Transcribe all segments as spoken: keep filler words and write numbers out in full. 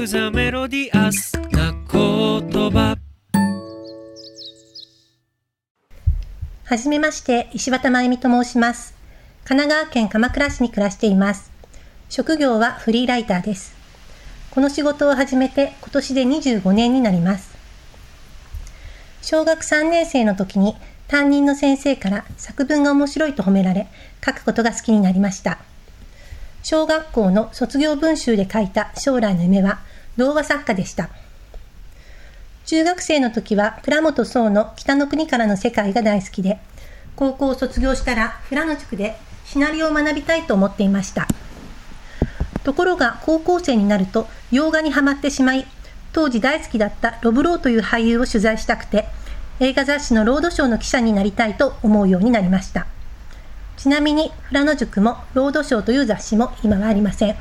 クザメロディアスな言葉。 はじめまして、石渡真由美と申します。神奈川県鎌倉市に暮らしています。職業はフリーライターです。この仕事を始めて今年でにじゅうごねんになります。小学さんねん生の時に担任の先生から作文が面白いと褒められ、書くことが好きになりました。小学校の卒業文集で書いた将来の夢は童話作家でした。中学生の時は倉本聰の北の国からの世界が大好きで、高校を卒業したら富良野塾でシナリオを学びたいと思っていました。ところが高校生になると洋画にハマってしまい、当時大好きだったロブローという俳優を取材したくて、映画雑誌のロードショーの記者になりたいと思うようになりました。ちなみに富良野塾もロードショーという雑誌も今はありません。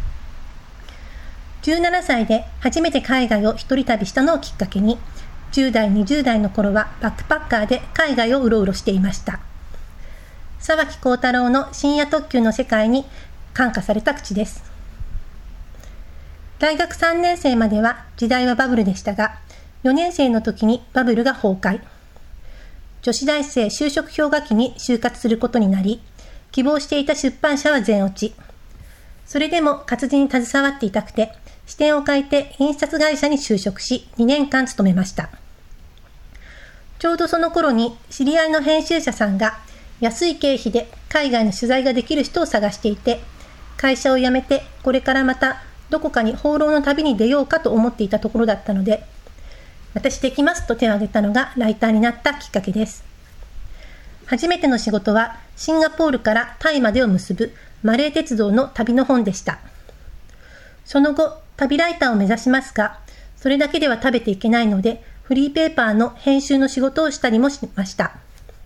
じゅうななさいで初めて海外を一人旅したのをきっかけに、じゅう代にじゅう代の頃はバックパッカーで海外をうろうろしていました。沢木耕太郎の深夜特急の世界に感化された口です。大学さんねん生までは時代はバブルでしたが、よねん生の時にバブルが崩壊。女子大生就職氷河期に就活することになり、希望していた出版社は全落ち。それでも活字に携わっていたくて、視点を変えて印刷会社に就職し、にねんかん勤めました。ちょうどその頃に知り合いの編集者さんが安い経費で海外の取材ができる人を探していて、会社を辞めてこれからまたどこかに放浪の旅に出ようかと思っていたところだったので、私できますと手を挙げたのがライターになったきっかけです。初めての仕事はシンガポールからタイまでを結ぶマレー鉄道の旅の本でした。その後、旅ライターを目指しますが、それだけでは食べていけないので、フリーペーパーの編集の仕事をしたりもしました。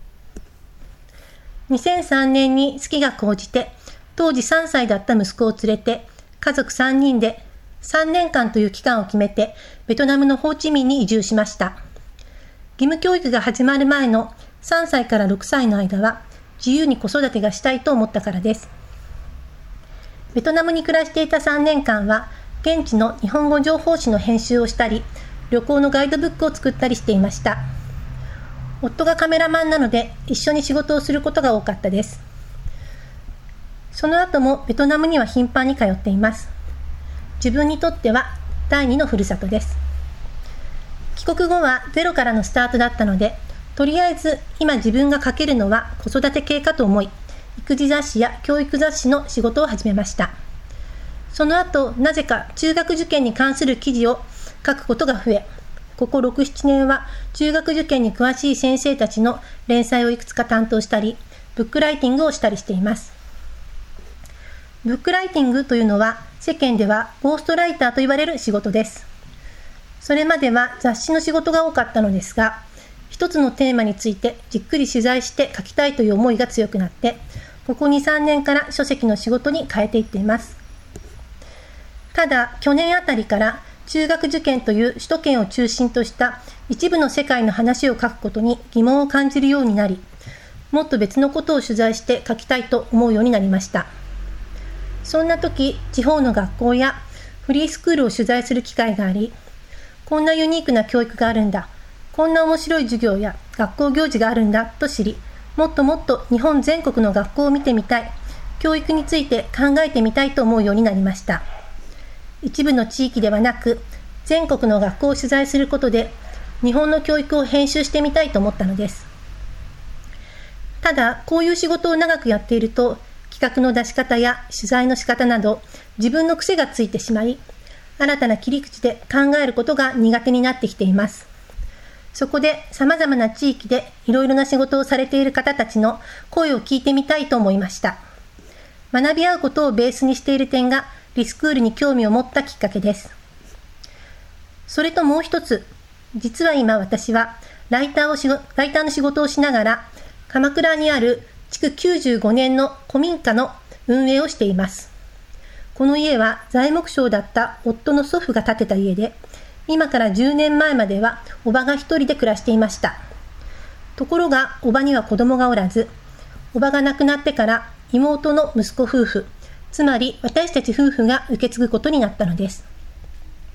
にせんさんねんに好きが高じて、当時さんさいだった息子を連れて、家族さんにんでさんねんかんという期間を決めて、ベトナムのホーチミンに移住しました。義務教育が始まる前のさんさいからろくさいの間は、自由に子育てがしたいと思ったからです。ベトナムに暮らしていたさんねんかんは、現地の日本語情報誌の編集をしたり、旅行のガイドブックを作ったりしていました。夫がカメラマンなので、一緒に仕事をすることが多かったです。その後もベトナムには頻繁に通っています。自分にとっては第二のふるさとです。帰国後はゼロからのスタートだったので、とりあえず今自分が書けるのは子育て系かと思い、育児雑誌や教育雑誌の仕事を始めました。その後、なぜか中学受験に関する記事を書くことが増え、こころく、ななねんは中学受験に詳しい先生たちの連載をいくつか担当したり、ブックライティングをしたりしています。ブックライティングというのは世間ではゴーストライターと言われる仕事です。それまでは雑誌の仕事が多かったのですが、一つのテーマについてじっくり取材して書きたいという思いが強くなって、ここに、さんねんから書籍の仕事に変えていっています。ただ、去年あたりから中学受験という首都圏を中心とした一部の世界の話を書くことに疑問を感じるようになり、もっと別のことを取材して書きたいと思うようになりました。そんな時、地方の学校やフリースクールを取材する機会があり、こんなユニークな教育があるんだ、こんな面白い授業や学校行事があるんだと知り、もっともっと日本全国の学校を見てみたい、教育について考えてみたいと思うようになりました。一部の地域ではなく、全国の学校を取材することで、日本の教育を編集してみたいと思ったのです。ただ、こういう仕事を長くやっていると、企画の出し方や取材の仕方など自分の癖がついてしまい、新たな切り口で考えることが苦手になってきています。そこで様々な地域でいろいろな仕事をされている方たちの声を聞いてみたいと思いました。学び合うことをベースにしている点がリスクールに興味を持ったきっかけです。それともう一つ、実は今私はライターをしごライターの仕事をしながら、鎌倉にある築きゅうじゅうごねんの古民家の運営をしています。この家は材木商だった夫の祖父が建てた家で、今からじゅうねんまえまではおばが一人で暮らしていました。ところがおばには子供がおらず、おばが亡くなってから妹の息子夫婦、つまり私たち夫婦が受け継ぐことになったのです。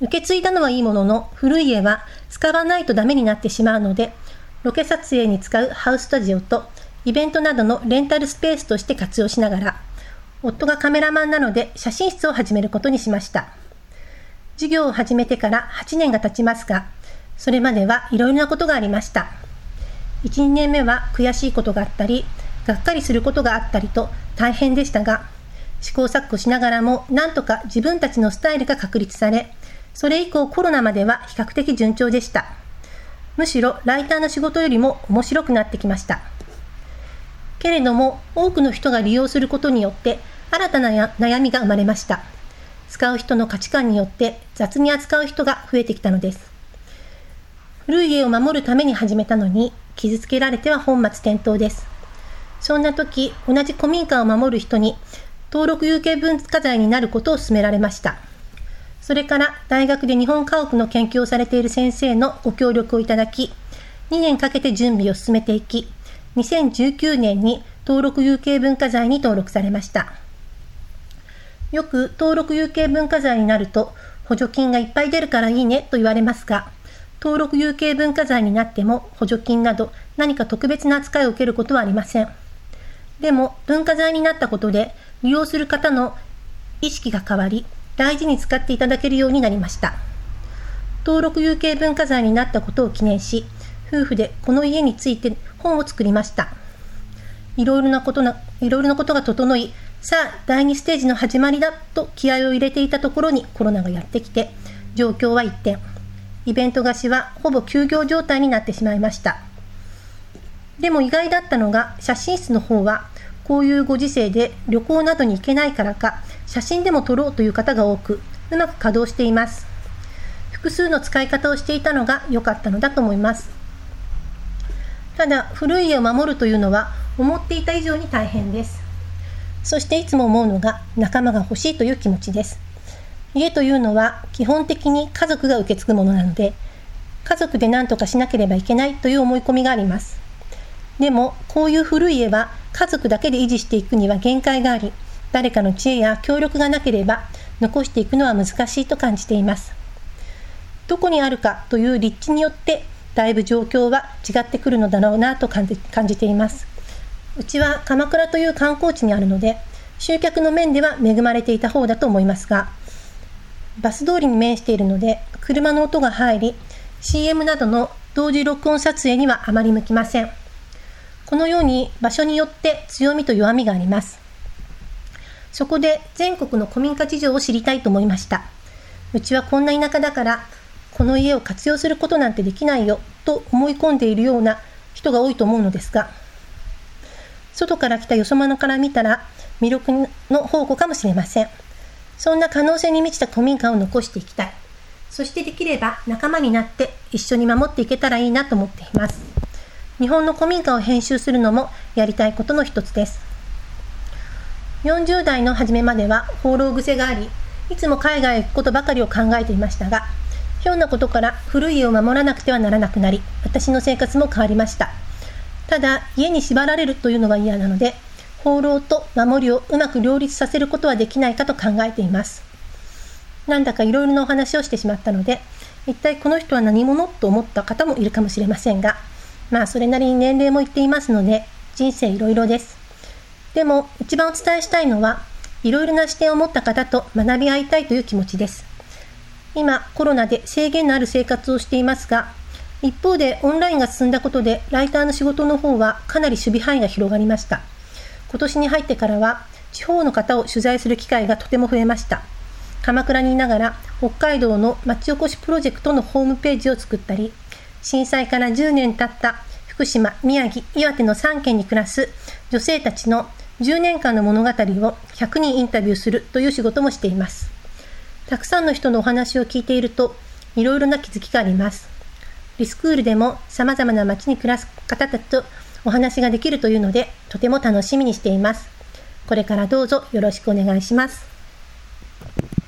受け継いだのはいいものの、古い家は使わないとダメになってしまうので、ロケ撮影に使うハウスタジオとイベントなどのレンタルスペースとして活用しながら、夫がカメラマンなので写真室を始めることにしました。事業を始めてからはちねんが経ちますが、それまではいろいろなことがありました。いち、にねんめは悔しいことがあったり、がっかりすることがあったりと大変でしたが、試行錯誤しながらもなんとか自分たちのスタイルが確立され、それ以降コロナまでは比較的順調でした。むしろライターの仕事よりも面白くなってきました。けれども多くの人が利用することによって新たな悩みが生まれました。使う人の価値観によって雑に扱う人が増えてきたのです。古い家を守るために始めたのに傷つけられては本末転倒です。そんな時、同じ古民家を守る人に登録有形文化財になることを勧められました。それから大学で日本家屋の研究をされている先生のご協力をいただき、にねんかけて準備を進めていき、にせんじゅうきゅうねんに登録有形文化財に登録されました。よく登録有形文化財になると補助金がいっぱい出るからいいねと言われますが、登録有形文化財になっても補助金など何か特別な扱いを受けることはありません。でも文化財になったことで利用する方の意識が変わり、大事に使っていただけるようになりました。登録有形文化財になったことを記念し、夫婦でこの家について本を作りました。いろいろなことな、いろいろなことが整い、さあだいにステージの始まりだと気合を入れていたところにコロナがやってきて、状況は一転。イベント貸しはほぼ休業状態になってしまいました。でも意外だったのが写真室の方はこういうご時世で旅行などに行けないからか写真でも撮ろうという方が多く、うまく稼働しています。複数の使い方をしていたのが良かったのだと思います。ただ古い家を守るというのは思っていた以上に大変です。そしていつも思うのが仲間が欲しいという気持ちです。家というのは基本的に家族が受け継ぐものなので、家族で何とかしなければいけないという思い込みがあります。でもこういう古い家は家族だけで維持していくには限界があり、誰かの知恵や協力がなければ残していくのは難しいと感じています。どこにあるかという立地によってだいぶ状況は違ってくるのだろうなと感じ、感じています。うちは鎌倉という観光地にあるので、集客の面では恵まれていた方だと思いますが、バス通りに面しているので車の音が入り、 シーエム などの同時録音撮影にはあまり向きません。このように場所によって強みと弱みがあります。そこで全国の古民家事情を知りたいと思いました。うちはこんな田舎だからこの家を活用することなんてできないよと思い込んでいるような人が多いと思うのですが、外から来たよそ者から見たら魅力の宝庫かもしれません。そんな可能性に満ちた古民家を残していきたい。そしてできれば仲間になって一緒に守っていけたらいいなと思っています。日本の古民家を編集するのもやりたいことの一つです。よんじゅう代の初めまでは放浪癖があり、いつも海外へ行くことばかりを考えていましたが、ひょんなことから古い家を守らなくてはならなくなり、私の生活も変わりました。ただ家に縛られるというのは嫌なので、放浪と守りをうまく両立させることはできないかと考えています。なんだかいろいろなお話をしてしまったので、一体この人は何者と思った方もいるかもしれませんが、まあそれなりに年齢もいっていますので、人生いろいろです。でも一番お伝えしたいのは、いろいろな視点を持った方と学び合いたいという気持ちです。今コロナで制限のある生活をしていますが、一方でオンラインが進んだことでライターの仕事の方はかなり守備範囲が広がりました。今年に入ってからは地方の方を取材する機会がとても増えました。鎌倉にいながら北海道の町おこしプロジェクトのホームページを作ったり、震災からじゅうねん経った福島、宮城、岩手のさんけんに暮らす女性たちのじゅうねんかんの物語をひゃくにんインタビューするという仕事もしています。たくさんの人のお話を聞いているといろいろな気づきがあります。リスクールでも様々な町に暮らす方たちとお話ができるというので、とても楽しみにしています。これからどうぞよろしくお願いします。